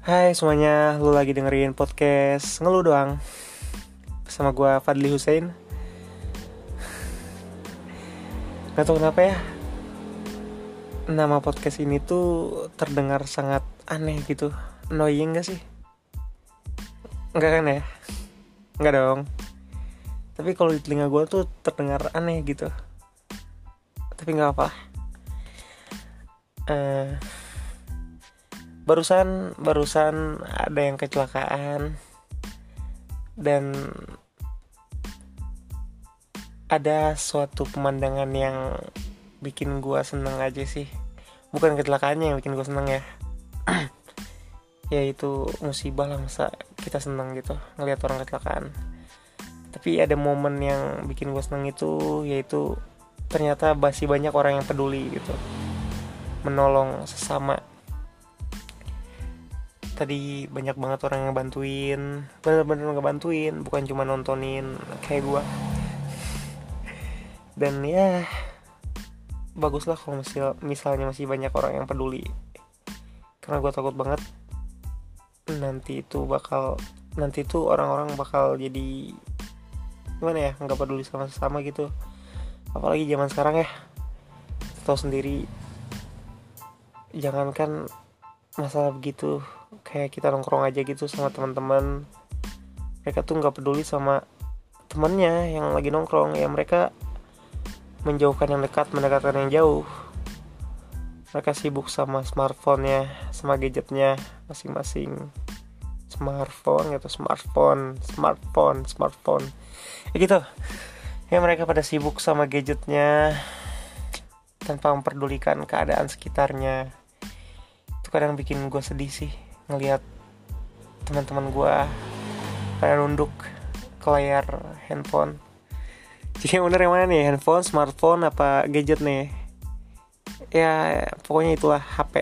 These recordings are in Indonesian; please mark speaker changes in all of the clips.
Speaker 1: Hai semuanya, lu lagi dengerin podcast Ngeluh Doang bersama gue Fadli Hussein. Gak tau kenapa ya, nama podcast ini tuh terdengar sangat aneh gitu. Annoying gak sih? Enggak kan ya? Enggak dong. Tapi kalau di telinga gue tuh terdengar aneh gitu. Tapi gak apa-apa. Barusan ada yang kecelakaan. Dan ada suatu pemandangan yang bikin gue seneng aja sih. Bukan kecelakaannya yang bikin gue seneng ya, yaitu musibah lah, masa kita seneng gitu ngelihat orang kecelakaan. Tapi ada momen yang bikin gue seneng itu, yaitu ternyata masih banyak orang yang peduli gitu, menolong sesama. Tadi banyak banget orang yang bantuin, bener-bener ngebantuin, bukan cuma nontonin kayak gue. Dan ya baguslah kalau misalnya masih banyak orang yang peduli, karena gue takut banget nanti itu orang-orang bakal jadi gimana ya, nggak peduli sama sesama gitu. Apalagi zaman sekarang ya, tahu sendiri, jangankan masalah begitu, kayak kita nongkrong aja gitu sama teman-teman, mereka tuh nggak peduli sama temannya yang lagi nongkrong. Ya mereka menjauhkan yang dekat, mendekatkan yang jauh. Mereka sibuk sama smartphone-nya, sama gadgetnya masing-masing. Smartphone ya gitu. Ya mereka pada sibuk sama gadgetnya tanpa memperdulikan keadaan sekitarnya. Itu kadang bikin gue sedih sih, ngelihat teman-teman gue pada nunduk ke layar handphone. Jadi yang bener yang mana nih, handphone, smartphone, apa gadget nih? Ya pokoknya itulah HP.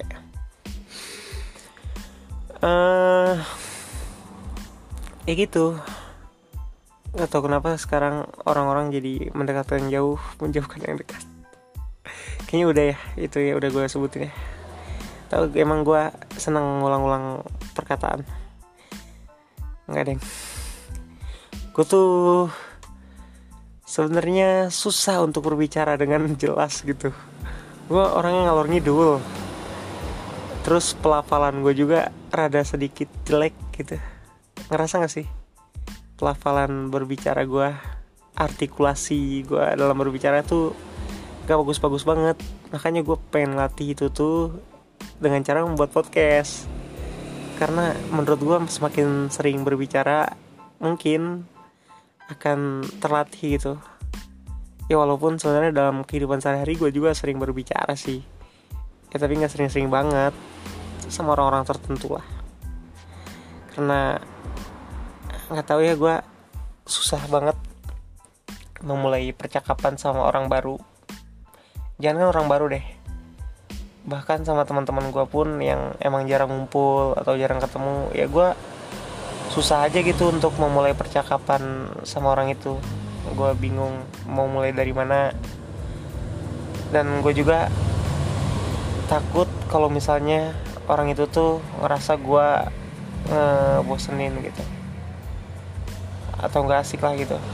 Speaker 1: Ya gitu. Gak tau kenapa sekarang orang-orang jadi mendekatkan yang jauh, menjauhkan yang dekat. Kayaknya udah ya, itu ya udah gue sebutin ya. Tahu emang gue seneng ngulang-ulang perkataan. Enggak deng. Gue tuh sebenarnya susah untuk berbicara dengan jelas gitu. Gue orangnya ngalor ngidul. Terus pelafalan gue juga rada sedikit jelek gitu. Ngerasa gak sih? Pelafalan berbicara gue, artikulasi gue dalam berbicara tuh gak bagus-bagus banget. Makanya gue pengen latih itu tuh dengan cara membuat podcast. Karena menurut gue semakin sering berbicara, mungkin akan terlatih gitu. Ya walaupun sebenarnya dalam kehidupan sehari-hari gue juga sering berbicara sih. Ya tapi gak sering-sering banget sama orang-orang tertentu lah. Karena gak tahu ya, gue susah banget memulai percakapan sama orang baru. Jangan orang baru deh, bahkan sama teman-teman gue pun yang emang jarang ngumpul atau jarang ketemu, ya gue susah aja gitu untuk memulai percakapan sama orang itu. Gue bingung mau mulai dari mana. Dan gue juga takut kalau misalnya orang itu tuh ngerasa gue ngebosenin gitu, atau gak asik lah gitu.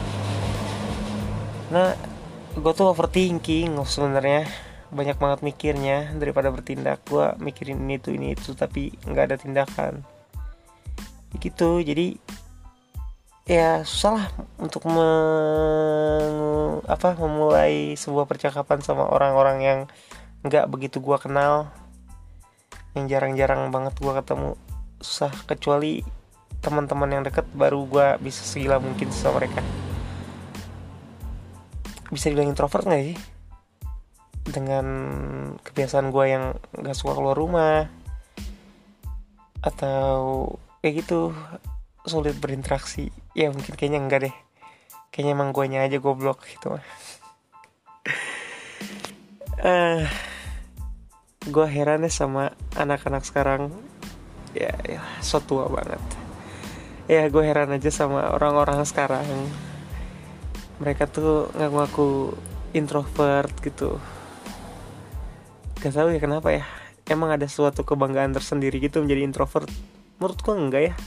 Speaker 1: Nah gue tuh overthinking sebenarnya, banyak banget mikirnya daripada bertindak. Gue mikirin ini itu tapi gak ada tindakan gitu. Jadi ya susah lah untuk memulai sebuah percakapan sama orang-orang yang gak begitu gue kenal, yang jarang-jarang banget gue ketemu. Susah, kecuali teman-teman yang deket baru gue bisa segila mungkin sama mereka. Bisa dibilang introvert gak sih? Dengan kebiasaan gue yang gak suka keluar rumah, atau kayak gitu, sulit berinteraksi. Ya mungkin kayaknya enggak deh, kayaknya emang guanya aja goblok gitu mah. Gue heran deh sama anak-anak sekarang. Ya so tua banget. Ya gue heran aja sama orang-orang sekarang. Mereka tuh ngaku-ngaku introvert gitu. Gak tahu ya kenapa ya. emang ada suatu kebanggaan tersendiri gitu menjadi introvert? Menurut gue enggak ya.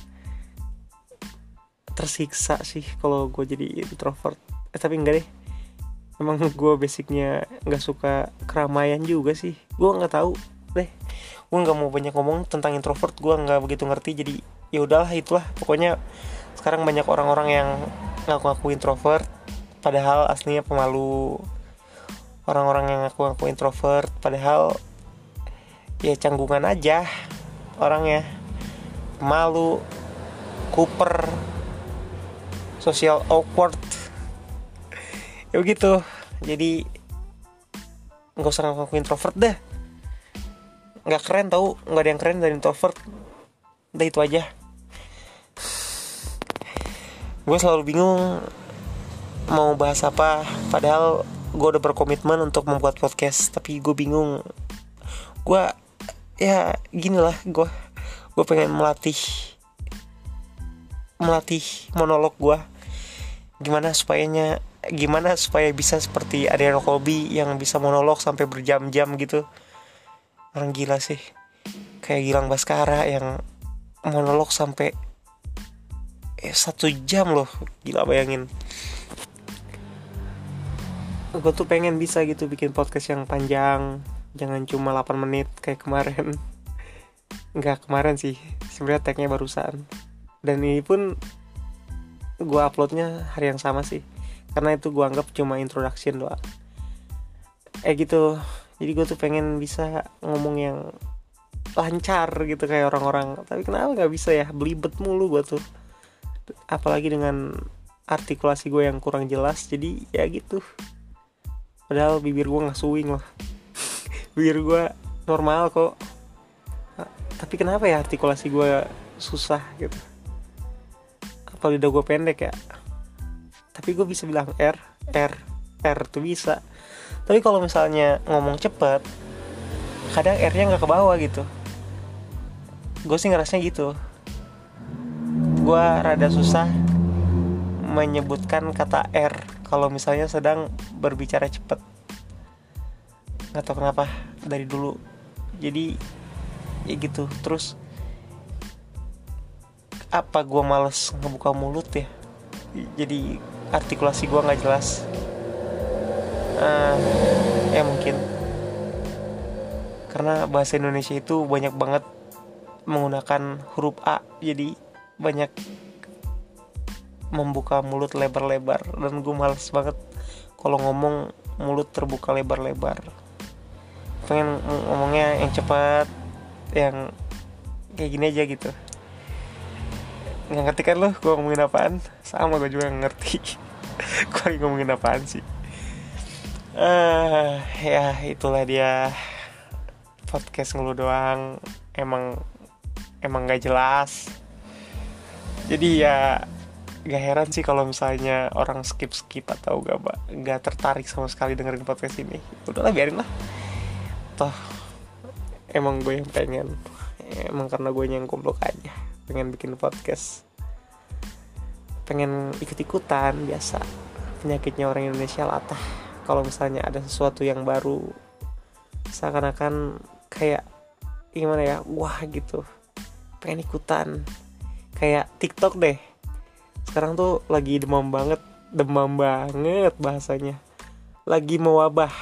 Speaker 1: Tersiksa sih kalau gue jadi introvert. Tapi enggak deh. Emang gue basicnya nggak suka keramaian juga sih. Gue nggak tahu deh. Gue nggak mau banyak ngomong tentang introvert. Gue nggak begitu ngerti. Jadi ya udahlah, itulah. Pokoknya sekarang banyak orang-orang yang ngaku-ngaku introvert, padahal aslinya pemalu. Orang-orang yang ngaku-ngaku introvert, padahal ya canggungan aja orangnya, malu, kuper, social awkward, ya begitu. Jadi nggak usah ngaku introvert dah, nggak keren tau, nggak ada yang keren dari introvert. Udah itu aja. Gue selalu bingung mau bahas apa, padahal gue udah berkomitmen untuk membuat podcast, tapi gue bingung. Gue ya gini lah, gue pengen melatih monolog gue. Gimana supaya bisa seperti Adriano Colby yang bisa monolog sampai berjam-jam gitu. Orang gila sih, kayak Gilang Baskara yang monolog sampai 1 jam loh. Gila, bayangin. Gue tuh pengen bisa gitu bikin podcast yang panjang, jangan cuma 8 menit kayak kemarin. Enggak kemarin sih, sebenarnya tagnya barusan. Dan ini pun gue uploadnya hari yang sama sih, karena itu gue anggap cuma introduction doang. Gitu. Jadi gue tuh pengen bisa ngomong yang lancar gitu kayak orang-orang. Tapi kenapa gak bisa ya, belibet mulu gue tuh. Apalagi dengan artikulasi gue yang kurang jelas. Jadi ya gitu. Padahal bibir gue gak swing loh. Bibir gue normal kok. Tapi kenapa ya artikulasi gue susah gitu. Apa lidah gue pendek ya. Tapi gue bisa bilang R tuh bisa. Tapi kalau misalnya ngomong cepet, kadang R-nya gak ke bawah gitu. Gue sih ngerasanya gitu. Gue rada susah menyebutkan kata R kalau misalnya sedang berbicara cepet. Gak tau kenapa dari dulu. Jadi ya gitu. Terus apa gue males ngebuka mulut ya, jadi artikulasi gue gak jelas. Ya mungkin karena bahasa Indonesia itu banyak banget menggunakan huruf A, jadi banyak membuka mulut lebar-lebar. Dan gue males banget kalau ngomong mulut terbuka lebar-lebar. Pengen ngomongnya yang cepat, yang kayak gini aja gitu. Nggak ngerti kan lo gue ngomongin apaan? Sama gue juga nggak ngerti. Gue lagi ngomongin apaan sih? Ya itulah dia, podcast ngeluh doang. Emang gak jelas. Jadi ya gak heran sih kalau misalnya orang skip atau gak tertarik sama sekali dengerin podcast ini. Udahlah, biarin lah. Toh emang gue yang pengen. Emang karena gue yang goblok aja pengen bikin podcast, pengen ikut-ikutan. Biasa penyakitnya orang Indonesia latah. Kalau misalnya ada sesuatu yang baru, seakan-akan kayak gimana ya, wah gitu, pengen ikutan. Kayak TikTok deh, sekarang tuh lagi demam banget bahasanya. Lagi mewabah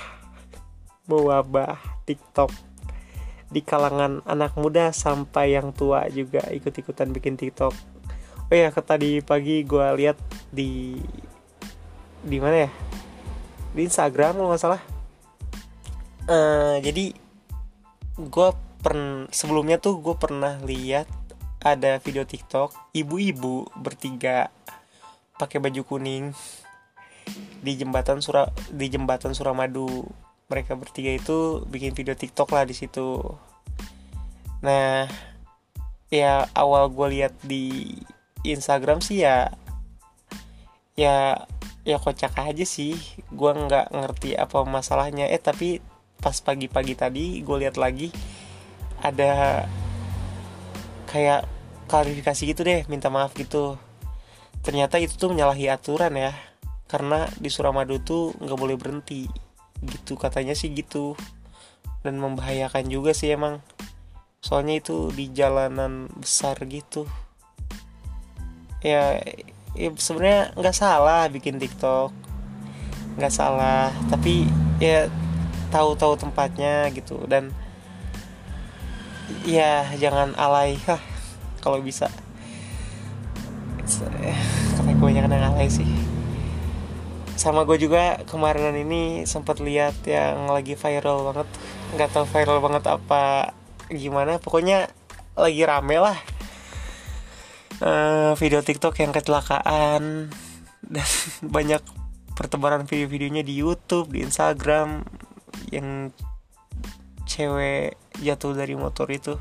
Speaker 1: TikTok di kalangan anak muda sampai yang tua juga ikut-ikutan bikin TikTok. Oh ya, tadi pagi gue lihat di mana ya, di Instagram kalau nggak salah. Jadi gue sebelumnya tuh gue pernah lihat ada video TikTok ibu-ibu bertiga pakai baju kuning di jembatan Suramadu. Mereka bertiga itu bikin video TikTok lah di situ. Nah, ya awal gue lihat di Instagram sih ya kocak aja sih. Gue nggak ngerti apa masalahnya. Tapi pas pagi-pagi tadi gue lihat lagi ada kayak klarifikasi gitu deh, minta maaf gitu. Ternyata itu tuh menyalahi aturan ya, karena di Suramadu tuh nggak boleh berhenti gitu, katanya sih gitu. dan membahayakan juga sih emang. Soalnya itu di jalanan besar gitu. Ya, sebenarnya nggak salah bikin TikTok, nggak salah. Tapi ya tahu-tahu tempatnya gitu, dan ya jangan alay kalau bisa. Karena kebanyakan yang alay sih. Sama gue juga kemarin ini sempat lihat yang lagi viral banget, nggak tahu viral banget apa gimana, pokoknya lagi rame lah. Video TikTok yang kecelakaan dan banyak pertebaran video-videonya di YouTube, di Instagram, yang cewek jatuh dari motor itu,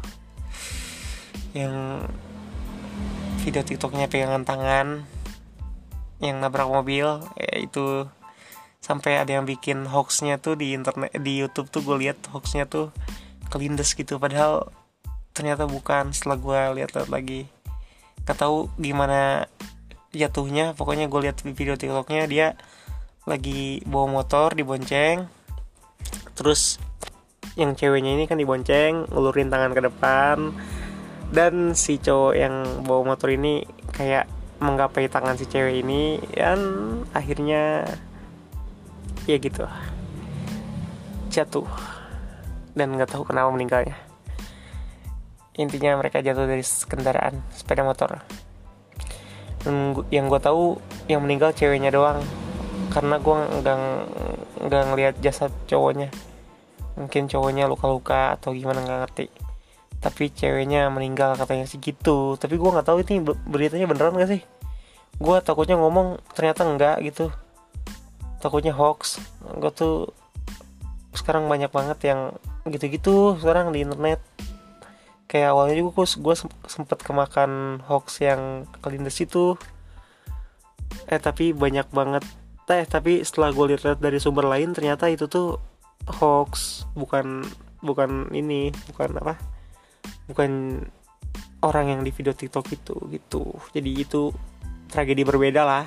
Speaker 1: yang video TikToknya pegangan tangan, yang nabrak mobil, itu sampai ada yang bikin hoaxnya tuh di internet, di YouTube tuh gue lihat hoaxnya tuh kelindes gitu, padahal ternyata bukan. Setelah gue lihat lagi, gak tahu gimana jatuhnya, pokoknya gue lihat video TikToknya dia lagi bawa motor dibonceng, terus yang ceweknya ini kan dibonceng ngulurin tangan ke depan, dan si cowok yang bawa motor ini kayak menggapai tangan si cewek ini, dan akhirnya ya gitu, jatuh dan nggak tahu kenapa meninggalnya. Intinya mereka jatuh dari kendaraan sepeda motor. Dan yang gue tahu yang meninggal ceweknya doang, karena gue nggak ngelihat jasad cowoknya. Mungkin cowoknya luka-luka atau gimana nggak ngerti. Tapi ceweknya meninggal katanya sih gitu. Tapi gue nggak tahu ini beritanya beneran nggak sih. Gue takutnya ngomong ternyata enggak gitu. Takutnya hoax. Gue tuh sekarang banyak banget yang gitu-gitu sekarang di internet. Kayak awalnya juga gue sempet kemakan hoax yang kelindes itu. Tapi banyak banget. Tapi setelah gue lihat dari sumber lain, ternyata itu tuh hoax, bukan ini, bukan orang yang di video TikTok itu gitu. Jadi itu tragedi berbeda lah.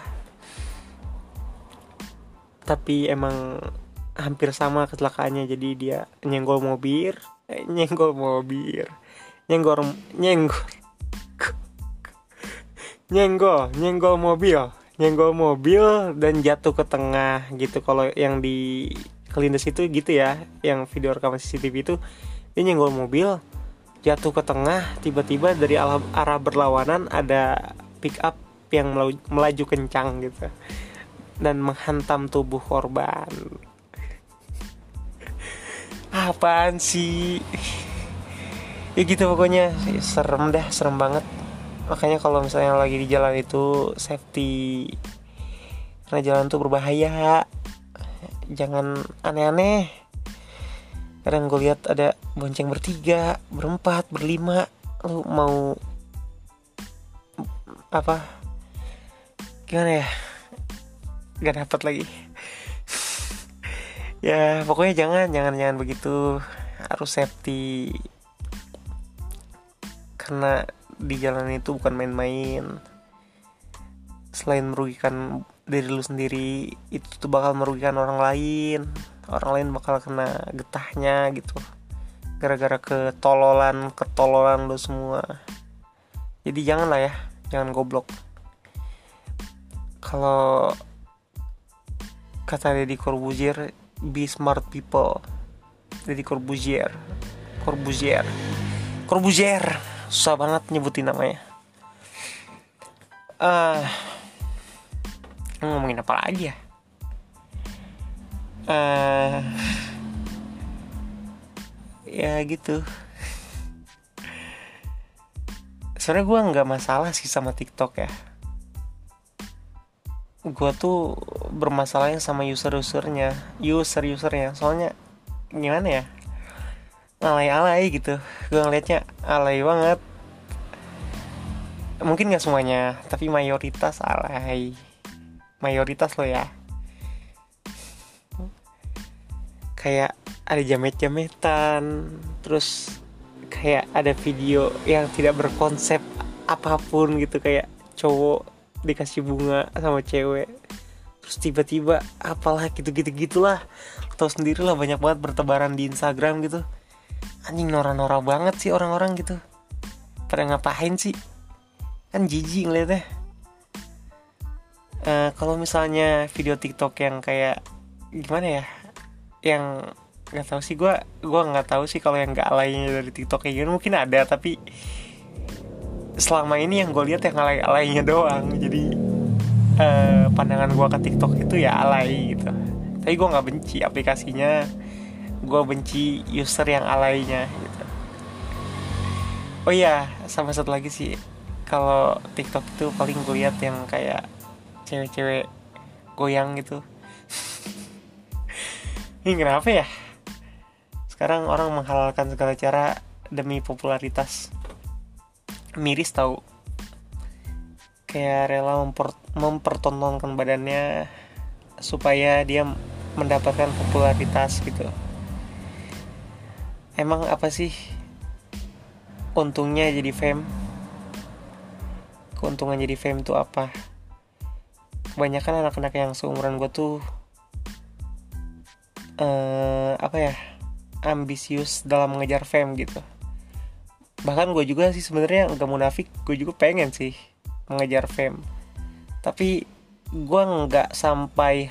Speaker 1: Tapi emang hampir sama kecelakaannya. Jadi dia nyenggol mobil dan jatuh ke tengah gitu. Kalau yang di kelindes itu gitu ya, yang video rekaman CCTV itu, dia nyenggol mobil, jatuh ke tengah, tiba-tiba dari arah berlawanan ada pick up yang melaju kencang gitu dan menghantam tubuh korban. Apaan sih? Ya gitu pokoknya, serem banget. Makanya kalau misalnya lagi di jalan itu safety, karena jalan tuh berbahaya. Jangan aneh-aneh. Kadang gue lihat ada bonceng bertiga, berempat, berlima, lu mau apa? Gimana ya? Gak dapet lagi. Ya pokoknya jangan begitu. Harus safety, karena di jalan itu bukan main-main. Selain merugikan diri lu sendiri, itu tuh bakal merugikan orang lain. Orang lain bakal kena getahnya gitu, gara-gara ketololan lu semua. Jadi janganlah ya, jangan goblok. Kalau kata Deddy Corbuzier, be smart people. Deddy Corbuzier, susah banget nyebutin namanya. Ngomongin apa lagi ya? Ya gitu. Sebenarnya gue nggak masalah sih sama TikTok ya. Gue tuh bermasalahnya sama usernya. Soalnya gimana ya? Alay-alay gitu. Gue ngeliatnya alay banget. Mungkin gak semuanya, tapi mayoritas alay. Mayoritas loh ya. Kayak ada jamet-jametan, terus kayak ada video yang tidak berkonsep apapun gitu. Kayak cowok dikasih bunga sama cewek, terus tiba-tiba apalah gitu-gitu-gitulah. Tahu sendiri lah, banyak banget bertebaran di Instagram gitu. Anjing, norak-norak banget sih orang-orang gitu. Pada ngapain sih? Kan jijik ngeliatnya. Kalau misalnya video TikTok yang kayak gimana ya, yang nggak tahu sih, gue nggak tahu sih kalau yang nggak alaynya dari TikTok kayak gini. Mungkin ada, tapi selama ini yang gue lihat yang alay-alaynya doang. Jadi pandangan gue ke TikTok itu ya alay gitu. Tapi gue nggak benci aplikasinya, gue benci user yang alaynya gitu. Oh iya, sama satu lagi sih, kalau TikTok itu paling gue lihat yang kayak cewek-cewek goyang gitu. Ini kenapa ya? Sekarang orang menghalalkan segala cara demi popularitas. Miris tahu. Kayak rela mempertontonkan badannya supaya dia mendapatkan popularitas gitu. Emang apa sih untungnya jadi fame? Keuntungan jadi fame itu apa? Kebanyakan anak-anak yang seumuran gue tuh ambisius dalam mengejar fame gitu. Bahkan gue juga sih sebenarnya nggak munafik, gue juga pengen sih mengejar fame. Tapi gue nggak sampai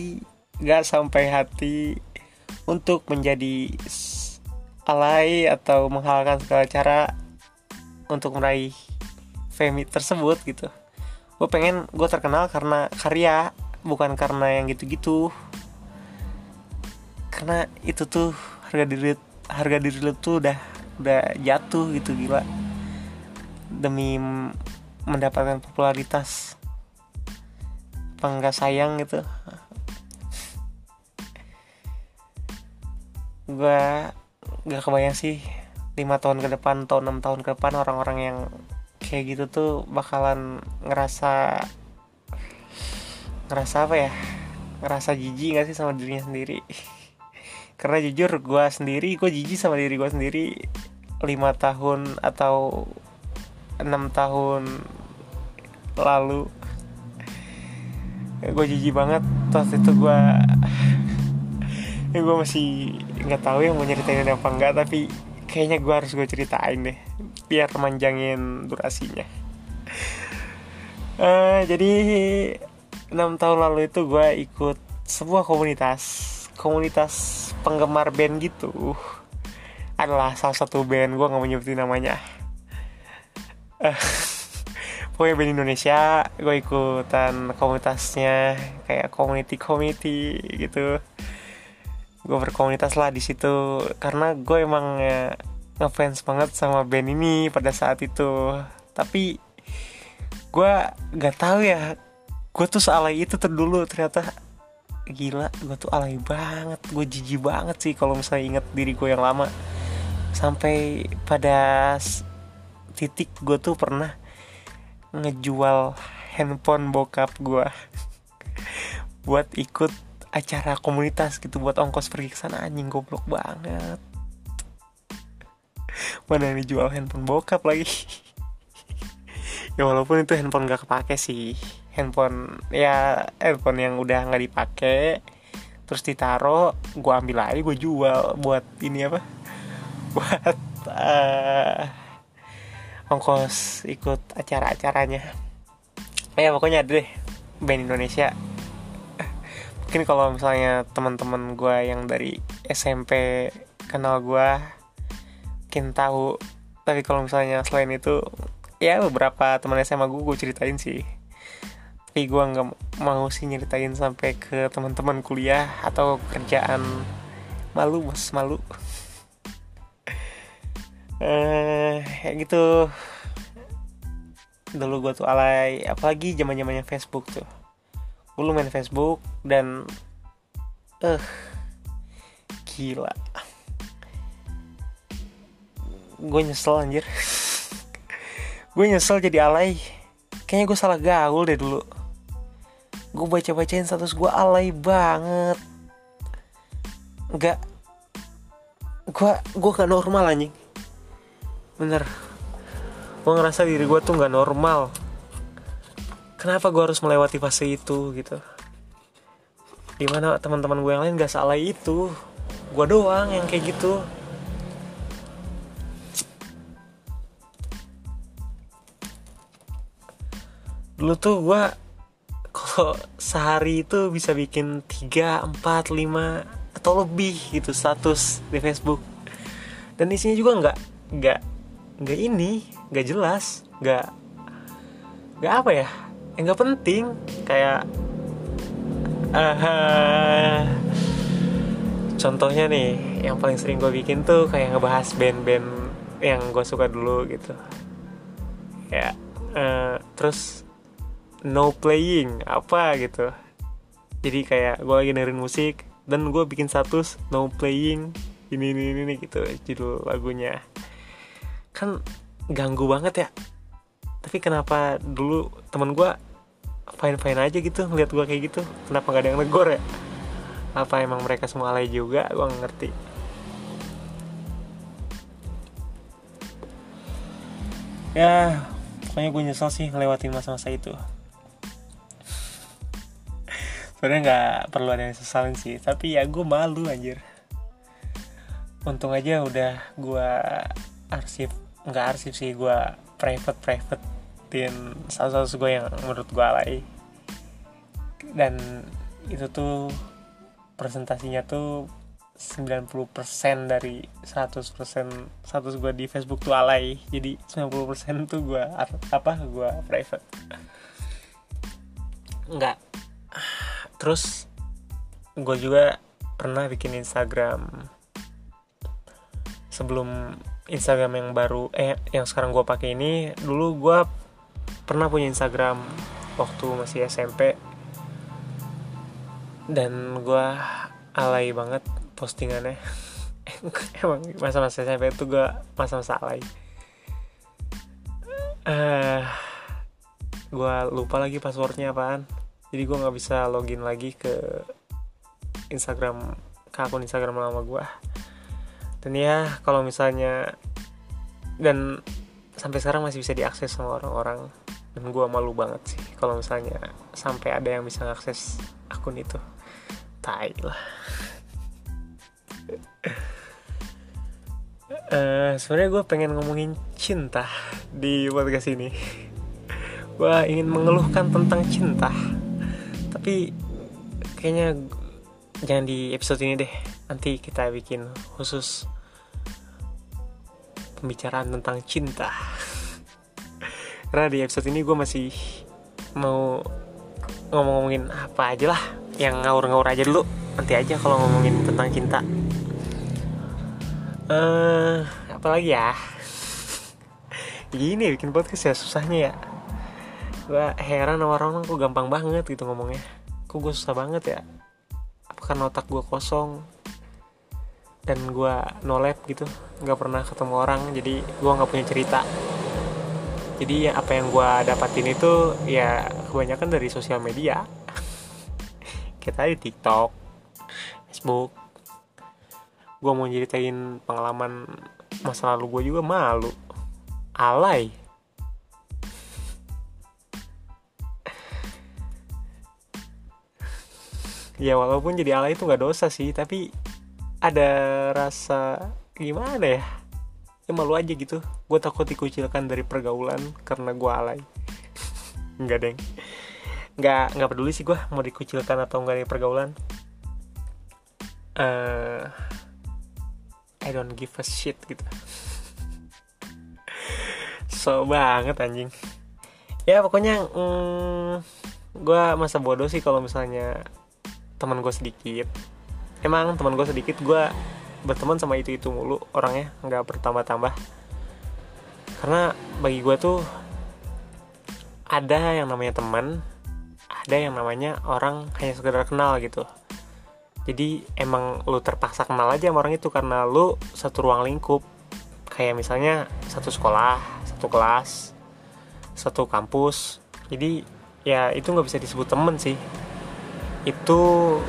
Speaker 1: hati untuk menjadi alay atau menghalalkan segala cara untuk meraih fame tersebut gitu. Gue pengen gue terkenal karena karya, bukan karena yang gitu-gitu. Karena itu tuh harga diri lu tuh udah jatuh gitu, gila, demi mendapatkan popularitas. Apa nggak sayang gitu? Gue nggak kebayang sih 5 tahun ke depan atau 6 tahun ke depan orang-orang yang kayak gitu tuh bakalan ngerasa apa ya, ngerasa jijik nggak sih sama dirinya sendiri. Karena jujur gue jijik sama diri gue sendiri 5 tahun atau 6 tahun lalu. Gue jijik banget. Terus itu gue masih nggak tahu yang mau nyeritain apa enggak, tapi kayaknya gue harus ceritain deh biar manjangin durasinya. Jadi 6 tahun lalu itu gue ikut sebuah komunitas penggemar band gitu. Adalah salah satu band, gue gak mau nyebutin namanya. Pokoknya band Indonesia. Gue ikutan komunitasnya, kayak community gitu. Gue berkomunitas lah di situ karena gue emang ngefans banget sama band ini pada saat itu. Tapi gue gak tahu ya, gue tuh sealay itu dulu ternyata. Gila, gue tuh alay banget, gue jijik banget sih kalau misalnya inget diri gue yang lama. Sampai pada titik gue tuh pernah ngejual handphone bokap gue buat ikut acara komunitas gitu, buat ongkos pergi ke sana. Anjing, goblok banget. Mana yang dijual handphone bokap lagi. Ya walaupun itu handphone gak kepake sih, handphone yang udah nggak dipakai, terus ditaro, gue ambil aja, gue jual buat ini apa, buat ongkos ikut acara-acaranya. Ya pokoknya ada deh band Indonesia. Mungkin kalau misalnya teman-teman gue yang dari SMP kenal gue mungkin tahu, tapi kalau misalnya selain itu ya beberapa teman SMA gue ceritain sih. Tapi gue nggak mau sih nyeritain sampai ke teman-teman kuliah atau kerjaan. Malu. Kayak gitu. Dulu gue tuh alay, apalagi zaman-zamannya Facebook tuh. Gue main Facebook dan gila, gue nyesel anjir. Gue nyesel jadi alay. Kayaknya gue salah gaul deh dulu. Gue baca-bacain status gue alay banget. Gue gak normal anjing. Bener, gue ngerasa diri gue tuh gak normal. Kenapa gue harus melewati fase itu gitu. Dimana teman-teman gue yang lain gak salah itu, gue doang yang kayak gitu. Dulu tuh gue kalau sehari itu bisa bikin 3, 4, 5 atau lebih gitu status di Facebook. Dan isinya juga nggak ini, nggak jelas, nggak apa ya, yang nggak penting. Kayak contohnya nih, yang paling sering gue bikin tuh kayak ngebahas band-band yang gue suka dulu gitu. Ya, terus no playing apa gitu. Jadi kayak gue lagi dengerin musik dan gue bikin status no playing ini gitu judul lagunya. Kan ganggu banget ya. Tapi kenapa dulu temen gue fine aja gitu ngeliat gue kayak gitu? Kenapa gak ada yang negor ya? Apa emang mereka semua alay juga? Gue gak ngerti. Ya pokoknya gue nyesel sih ngelewatin masa-masa itu. Sebenarnya nggak perlu ada yang sesalin sih, tapi ya gue malu anjir. Untung aja udah gue nggak arsip sih, gue privatein status gue yang menurut gue alay. Dan itu tuh presentasinya tuh 90% dari 100% status gue di Facebook tuh alay. Jadi 90% tuh gue private. Enggak. Terus gue juga pernah bikin Instagram sebelum Instagram yang baru yang sekarang gue pakai ini. Dulu gue pernah punya Instagram waktu masih SMP, dan gue alay banget postingannya. Emang masa-masa SMP itu gue masa-masa alay. Gue lupa lagi passwordnya apaan. Jadi gue gak bisa login lagi ke akun Instagram lama gue. Dan ya kalau misalnya, dan sampai sekarang masih bisa diakses sama orang-orang. Dan gue malu banget sih kalau misalnya sampai ada yang bisa ngakses akun itu. Tai lah. Sebenarnya gue pengen ngomongin cinta di podcast ini. Gue ingin mengeluhkan tentang cinta, tapi kayaknya jangan di episode ini deh. Nanti kita bikin khusus pembicaraan tentang cinta. Karena di episode ini gue masih mau ngomongin apa aja lah, yang ngawur-ngawur aja dulu. Nanti aja kalau ngomongin tentang cinta. Apalagi ya. Gini bikin podcast ya susahnya ya. Gue heran sama orang kok gampang banget gitu ngomongnya. Kok gue susah banget ya. Apa karena otak gue kosong dan gue no lab gitu, gak pernah ketemu orang, jadi gue gak punya cerita. Jadi ya apa yang gue dapatin itu ya kebanyakan dari sosial media. Kayak tadi TikTok, Facebook. Gue mau ceritain pengalaman masa lalu gue juga malu. Alay. Ya walaupun jadi alay itu gak dosa sih, tapi ada rasa gimana ya, ya malu aja gitu. Gue takut dikucilkan dari pergaulan karena gue alay. Enggak deng, nggak peduli sih gue mau dikucilkan atau enggak dari pergaulan. I don't give a shit gitu. So banget anjing. Ya pokoknya gue masa bodoh sih kalau misalnya teman gue sedikit. Emang teman gue sedikit, gue berteman sama itu mulu orangnya, nggak bertambah-tambah. Karena bagi gue tuh ada yang namanya teman, ada yang namanya orang hanya sekedar kenal gitu. Jadi emang lu terpaksa kenal aja sama orang itu karena lu satu ruang lingkup. Kayak misalnya satu sekolah, satu kelas, satu kampus. Jadi ya itu nggak bisa disebut temen sih. Itu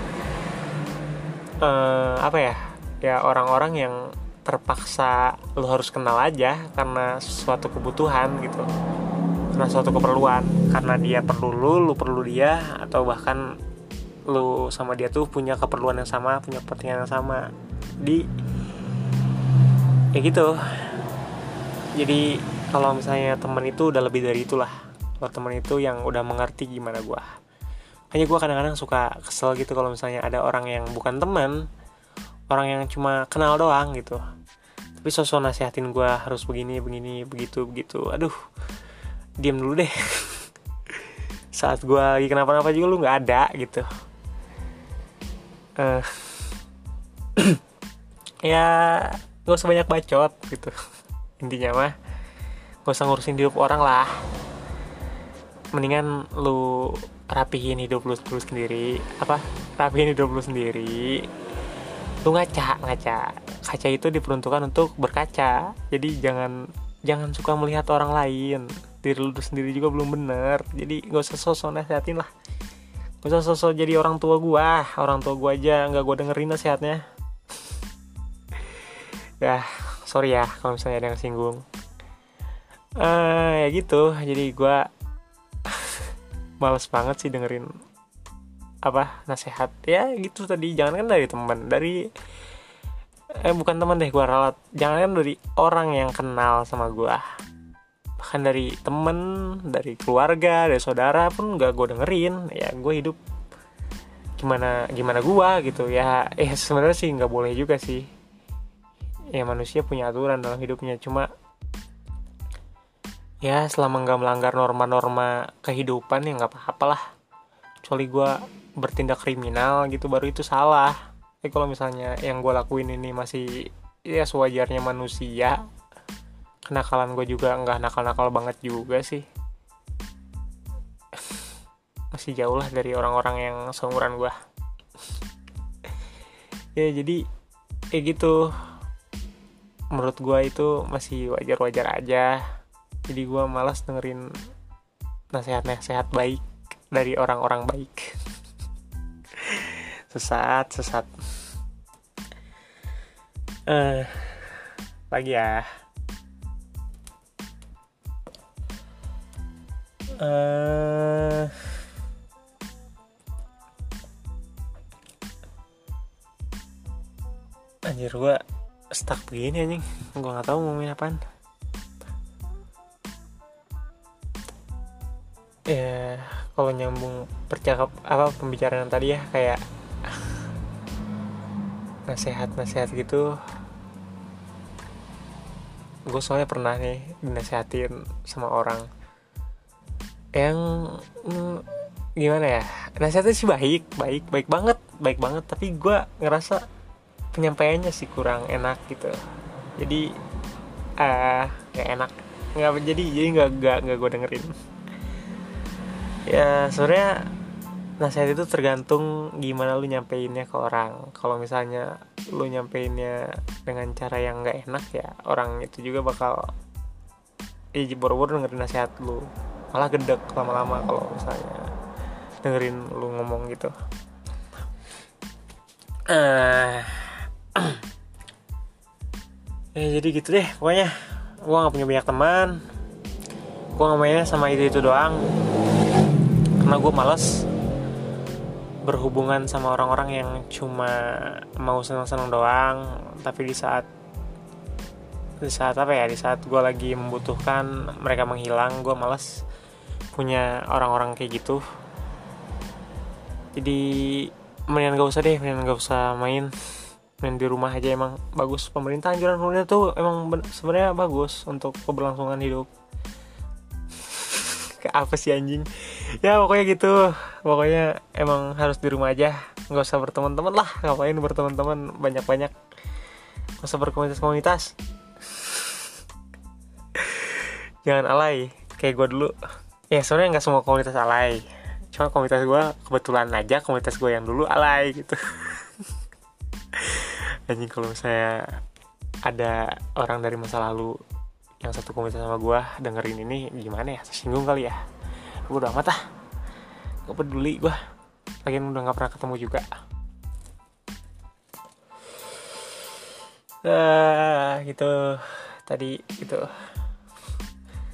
Speaker 1: ya orang-orang yang terpaksa lu harus kenal aja karena suatu kebutuhan gitu, karena suatu keperluan, karena dia perlu lu perlu dia, atau bahkan lu sama dia tuh punya keperluan yang sama, punya kepentingan yang sama. Di ya gitu. Jadi kalau misalnya teman itu udah lebih dari itulah. Kalau teman itu yang udah mengerti gimana gue. Hanya gue kadang-kadang suka kesel gitu kalau misalnya ada orang yang bukan teman, orang yang cuma kenal doang gitu, tapi sosok nasihatin gue harus begini, begitu. Aduh, diam dulu deh. Saat gue lagi kenapa-napa juga lu nggak ada gitu. Ya gak usah banyak bacot gitu. Intinya mah gak usah ngurusin hidup orang lah. Mendingan lu rapihin hidup lu sendiri. Rapihin hidup lu sendiri. Lu ngaca. Kaca itu diperuntukkan untuk berkaca. Jadi jangan suka melihat orang lain. Diri lu sendiri juga belum bener. Jadi gak usah sosok nasihatin lah. Gak usah sosok jadi orang tua gua aja gak gua dengerin nasihatnya. Ya sorry ya kalau misalnya ada yang singgung. Ya gitu. Jadi gua males banget sih dengerin nasihat. Ya gitu tadi. Jangan kan dari teman, bukan teman deh, gue ralat. Jangan kan dari orang yang kenal sama gue, bahkan dari temen, dari keluarga, dari saudara pun gak gue dengerin. Ya gue hidup gimana gue gitu ya. Sebenarnya sih nggak boleh juga sih. Ya manusia punya aturan dalam hidupnya. Cuma ya selama nggak melanggar norma-norma kehidupan ya nggak apa-apa lah. Kecuali gue bertindak kriminal gitu baru itu salah. Kalau misalnya yang gue lakuin ini masih ya sewajarnya manusia, kenakalan gue juga nggak nakal-nakal banget juga sih. Masih jauh lah dari orang-orang yang seumuran gue. Ya jadi kayak gitu. Menurut gue itu masih wajar-wajar aja. Jadi gue malas dengerin nasihat baik dari orang-orang baik. Sesat. Lagi ya. Anjir gue stuck begini anjing. Gue nggak tahu mau ngomongin apaan. Ya kalau nyambung pembicaraan tadi ya, kayak nasihat gitu. Gue soalnya pernah nih dinasihatin sama orang yang gimana ya, nasihatnya sih baik banget, tapi gue ngerasa penyampaiannya sih kurang enak gitu. Jadi nggak enak, nggak gue dengerin. Ya sebenarnya nasihat itu tergantung gimana lu nyampeinnya ke orang. Kalau misalnya lu nyampeinnya dengan cara yang nggak enak, ya orang itu juga bakal boro-boro dengerin nasihat lu, malah gedek lama-lama kalau misalnya dengerin lu ngomong gitu. Ya jadi gitu deh pokoknya. Gue nggak punya banyak teman. Gue ngomongnya sama itu doang. Karena gue malas berhubungan sama orang-orang yang cuma mau senang-senang doang. Tapi di saat gue lagi membutuhkan mereka menghilang, gue malas punya orang-orang kayak gitu. Jadi mendingan gak usah main di rumah aja. Emang bagus, anjuran pemerintah tuh emang sebenarnya bagus untuk keberlangsungan hidup. Kayak apa sih anjing? Ya pokoknya gitu. Pokoknya emang harus di rumah aja. Gak usah berteman-teman lah. Ngapain berteman-teman banyak-banyak? Gak usah berkomunitas. Jangan alay kayak gue dulu. Ya sebenarnya gak semua komunitas alay. Cuma komunitas gue kebetulan aja, komunitas gue yang dulu alay gitu. Anjing, kalau misalnya ada orang dari masa lalu yang satu komunitas sama gue dengerin ini, gimana ya, tersinggung kali ya. Gue udah amat lah, gak peduli gue. Lagian udah gak pernah ketemu juga. Gitu tadi gitu.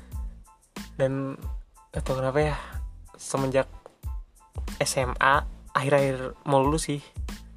Speaker 1: Dan gak tau kenapa ya, semenjak SMA akhir-akhir mau lulus sih,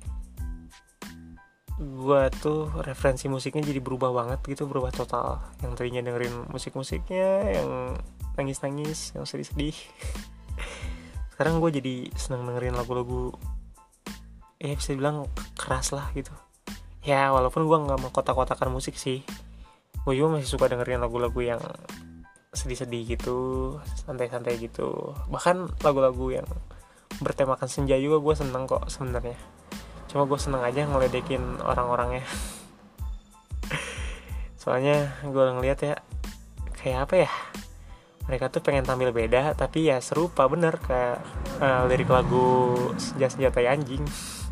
Speaker 1: gue tuh referensi musiknya jadi berubah banget gitu, berubah total. Yang tadinya dengerin musik-musiknya yang nangis-nangis, yang sedih-sedih, sekarang gue jadi seneng dengerin lagu-lagu bisa dibilang keras lah gitu. Ya walaupun gue nggak mengkotak-kotakan musik sih, gue juga masih suka dengerin lagu-lagu yang sedih-sedih gitu, santai-santai gitu. Bahkan lagu-lagu yang bertemakan senja juga gue seneng kok sebenarnya. Cuma gue seneng aja ngeledekin orang-orangnya. Soalnya gue ngeliat ya, kayak apa ya, mereka tuh pengen tampil beda, tapi ya serupa bener kayak lirik lagu Senja-senja tai anjing.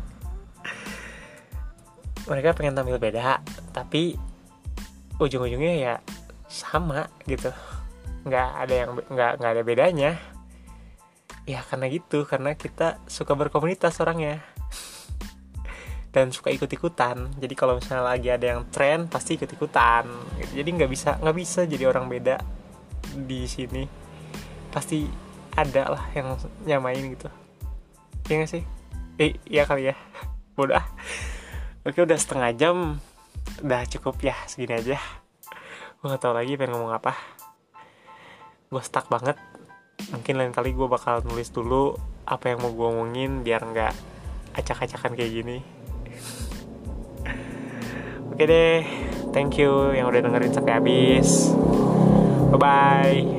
Speaker 1: Mereka pengen tampil beda, tapi ujung-ujungnya ya sama gitu. Nggak ada bedanya. Ya karena gitu, karena kita suka berkomunitas orangnya dan suka ikut-ikutan. Jadi kalau misalnya lagi ada yang tren, pasti ikut-ikutan gitu. Jadi nggak bisa jadi orang beda di sini. Pasti ada lah yang nyamain gitu. Iya nggak sih? Iya kali ya. Bodoh ah. Oke, udah setengah jam, udah cukup ya, segini aja. Gue nggak tahu lagi pengen ngomong apa. Gue stuck banget. Mungkin lain kali gue bakal nulis dulu apa yang mau gue omongin biar nggak acak-acakan kayak gini. Oke deh, thank you yang udah dengerin sampai habis. Bye bye.